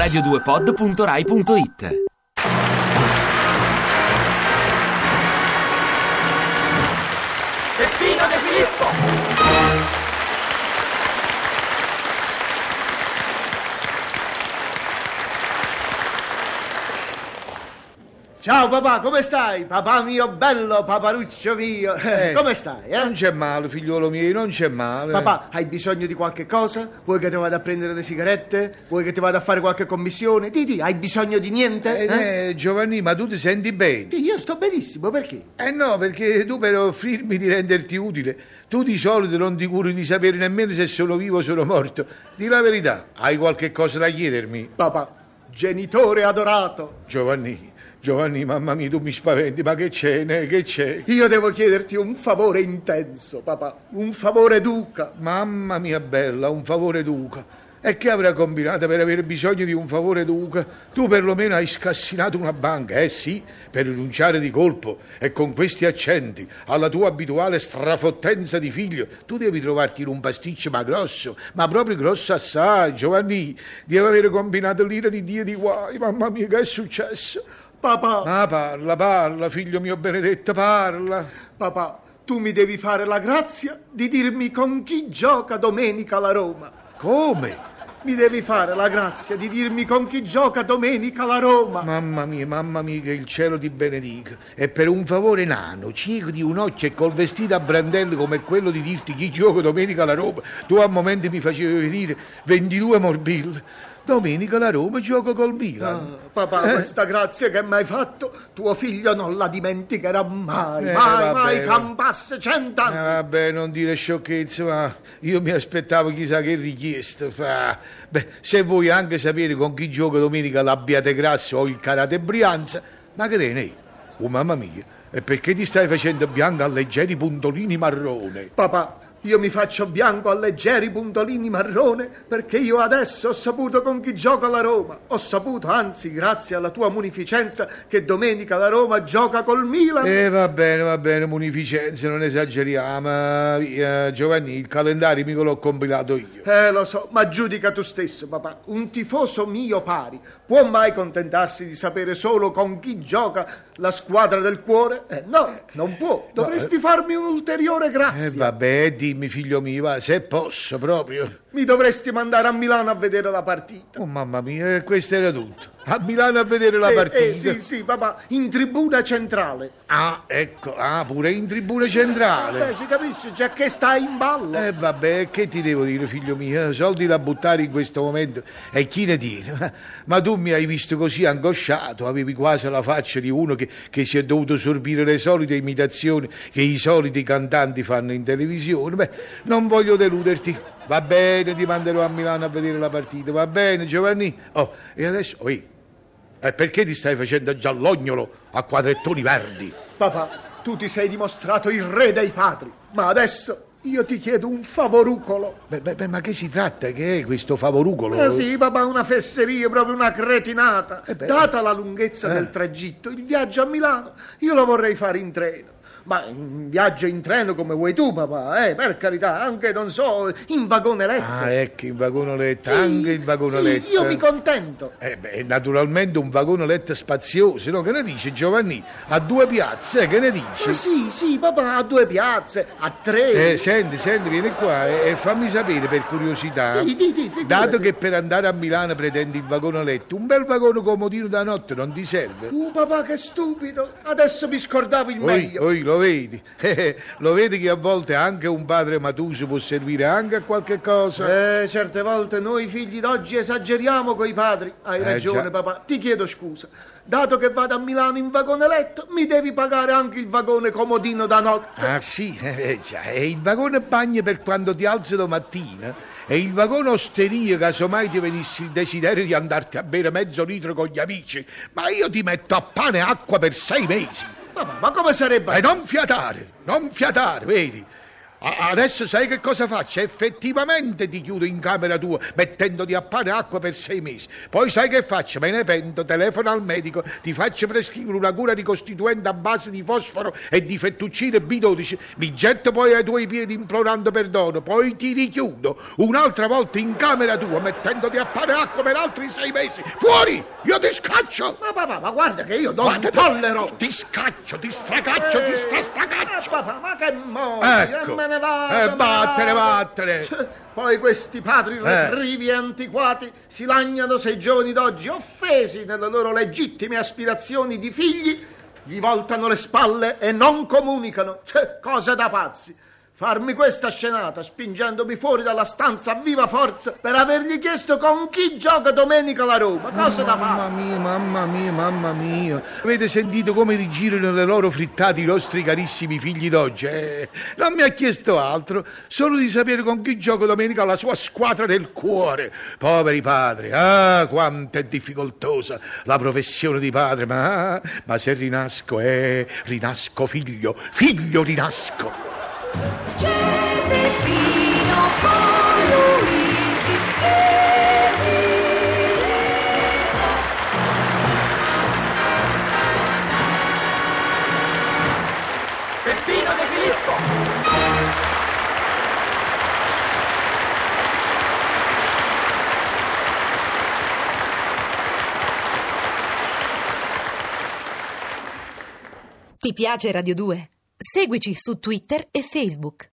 radio2pod.rai.it. Peppino De Filippo! Ciao papà, come stai? Papà mio bello, paparuccio mio, come stai? Non c'è male, figliuolo mio, non c'è male. Papà, hai bisogno di qualche cosa? Vuoi che ti vada a prendere le sigarette? Vuoi che ti vada a fare qualche commissione? Dì, hai bisogno di niente? Giovanni, ma tu ti senti bene? Sì, io sto benissimo, perché? No, perché tu per offrirmi di renderti utile, tu di solito non ti curi di sapere nemmeno se sono vivo o sono morto. Di la verità, hai qualche cosa da chiedermi? Papà, genitore adorato. Giovanni, mamma mia, tu mi spaventi, ma che c'è, che c'è? Io devo chiederti un favore intenso, papà, un favore duca. Mamma mia bella, un favore duca. E che avrà combinato per avere bisogno di un favore duca? Tu perlomeno hai scassinato una banca, sì, per rinunciare di colpo e con questi accenti alla tua abituale strafottenza di figlio. Tu devi trovarti in un pasticcio ma grosso, ma proprio grosso assai, Giovanni. Devi avere combinato l'ira di Dio di guai. Mamma mia, che è successo? Papà. Ah, parla, figlio mio benedetto, parla. Papà, tu mi devi fare la grazia di dirmi con chi gioca domenica la Roma. Come? Mi devi fare la grazia di dirmi con chi gioca domenica la Roma. Mamma mia, che il cielo ti benedica. E per un favore nano, cieco di un occhio e col vestito a brandelli come quello di dirti chi gioca domenica la Roma, tu a momenti mi facevi venire 22 morbilli. Domenica la Roma gioca col Milan. Papà, questa grazia che mi hai fatto, tuo figlio non la dimenticherà mai, vabbè, mai, campasse 100 anni. Vabbè, non dire sciocchezze, ma io mi aspettavo chissà che richiesta. Se vuoi anche sapere con chi gioca domenica l'Abbiate Grasso o il Karate Brianza, ma che te ne? Oh mamma mia, e perché ti stai facendo bianco a leggeri puntolini marrone? Papà, io mi faccio bianco a leggeri puntolini marrone perché io adesso ho saputo con chi gioca la Roma. Ho saputo, anzi, grazie alla tua munificenza, che domenica la Roma gioca col Milan. Va bene, munificenza, non esageriamo. Via, Giovanni, il calendario mica l'ho compilato io. Lo so, ma giudica tu stesso, papà. Un tifoso mio pari può mai contentarsi di sapere solo con chi gioca la squadra del cuore? No, non può. Dovresti farmi un'ulteriore grazia. Vabbè, dimmi, figlio mio, va, se posso proprio. Mi dovresti mandare a Milano a vedere la partita. Oh mamma mia, questo era tutto. A Milano a vedere la partita? Sì, papà, in tribuna centrale. Ecco, pure in tribuna centrale. Si capisce, già che stai in ballo. Vabbè, che ti devo dire, figlio mio? Soldi da buttare in questo momento e chi ne tiene? Ma tu mi hai visto così angosciato, avevi quasi la faccia di uno che si è dovuto sorbire le solite imitazioni che i soliti cantanti fanno in televisione. Non voglio deluderti. Va bene, ti manderò a Milano a vedere la partita, va bene, Giovanni? E adesso, perché ti stai facendo giallognolo a quadrettoni verdi? Papà, tu ti sei dimostrato il re dei padri, ma adesso io ti chiedo un favorucolo. Ma che si tratta? Che è questo favorucolo? Sì, papà, una fesseria, proprio una cretinata. Data la lunghezza del tragitto, il viaggio a Milano, io lo vorrei fare in treno. Ma un viaggio in treno come vuoi tu, papà, per carità, anche, non so, in vagone letto. Ecco, in vagone letto, sì, anche il vagone letto. Io mi contento. Naturalmente un vagone letto spazioso, no? Che ne dici, Giovanni? A 2 piazze, che ne dici? Sì, papà, a 2 piazze, a 3. Senti, vieni qua e fammi sapere per curiosità. Figurati. Dato che per andare a Milano pretendi il vagone letto, un bel vagone comodino da notte non ti serve? Papà, che stupido, adesso mi scordavo il meglio. Lo vedi? Lo vedi che a volte anche un padre matuso può servire anche a qualche cosa? Certe volte noi figli d'oggi esageriamo coi padri. Hai ragione, già. papà, ti chiedo scusa. Dato che vado a Milano in vagone letto, mi devi pagare anche il vagone comodino da notte. Sì, già. E il vagone bagno per quando ti alzi domattina. E il vagone osteria, casomai ti venissi il desiderio di andarti a bere mezzo litro con gli amici. Ma io ti metto a pane e acqua per 6 mesi. Ma come sarebbe? Non fiatare, vedi? Adesso sai che cosa faccio? Effettivamente ti chiudo in camera tua mettendoti a fare acqua per 6 mesi. Poi sai che faccio? Me ne pento, telefono al medico, ti faccio prescrivere una cura ricostituente a base di fosforo e di fettuccine B12, mi getto poi ai tuoi piedi implorando perdono, poi ti richiudo un'altra volta in camera tua mettendoti a fare acqua per altri 6 mesi. Fuori! Io ti scaccio! Ma papà, ma guarda che io non tollero! Ti scaccio, ti stracaccio, ti stracaccio! Papà, ma che moglie! Ecco, Me ne vado! vattene! Poi questi padri retrivi e antiquati si lagnano se i giovani d'oggi, offesi nelle loro legittime aspirazioni di figli, gli voltano le spalle e non comunicano. Cose da pazzi! Farmi questa scenata spingendomi fuori dalla stanza a viva forza per avergli chiesto con chi gioca domenica la Roma. Cose da pazzi! Mamma mia. Avete sentito come rigirano le loro frittate i nostri carissimi figli d'oggi? Non mi ha chiesto altro, solo di sapere con chi gioca domenica la sua squadra del cuore. Poveri padri, quanto è difficoltosa la professione di padre, ma se rinasco, rinasco figlio rinasco. C'è Peppino con Luigi e Peppino De Filippo! Ti piace Radio 2? Seguici su Twitter e Facebook.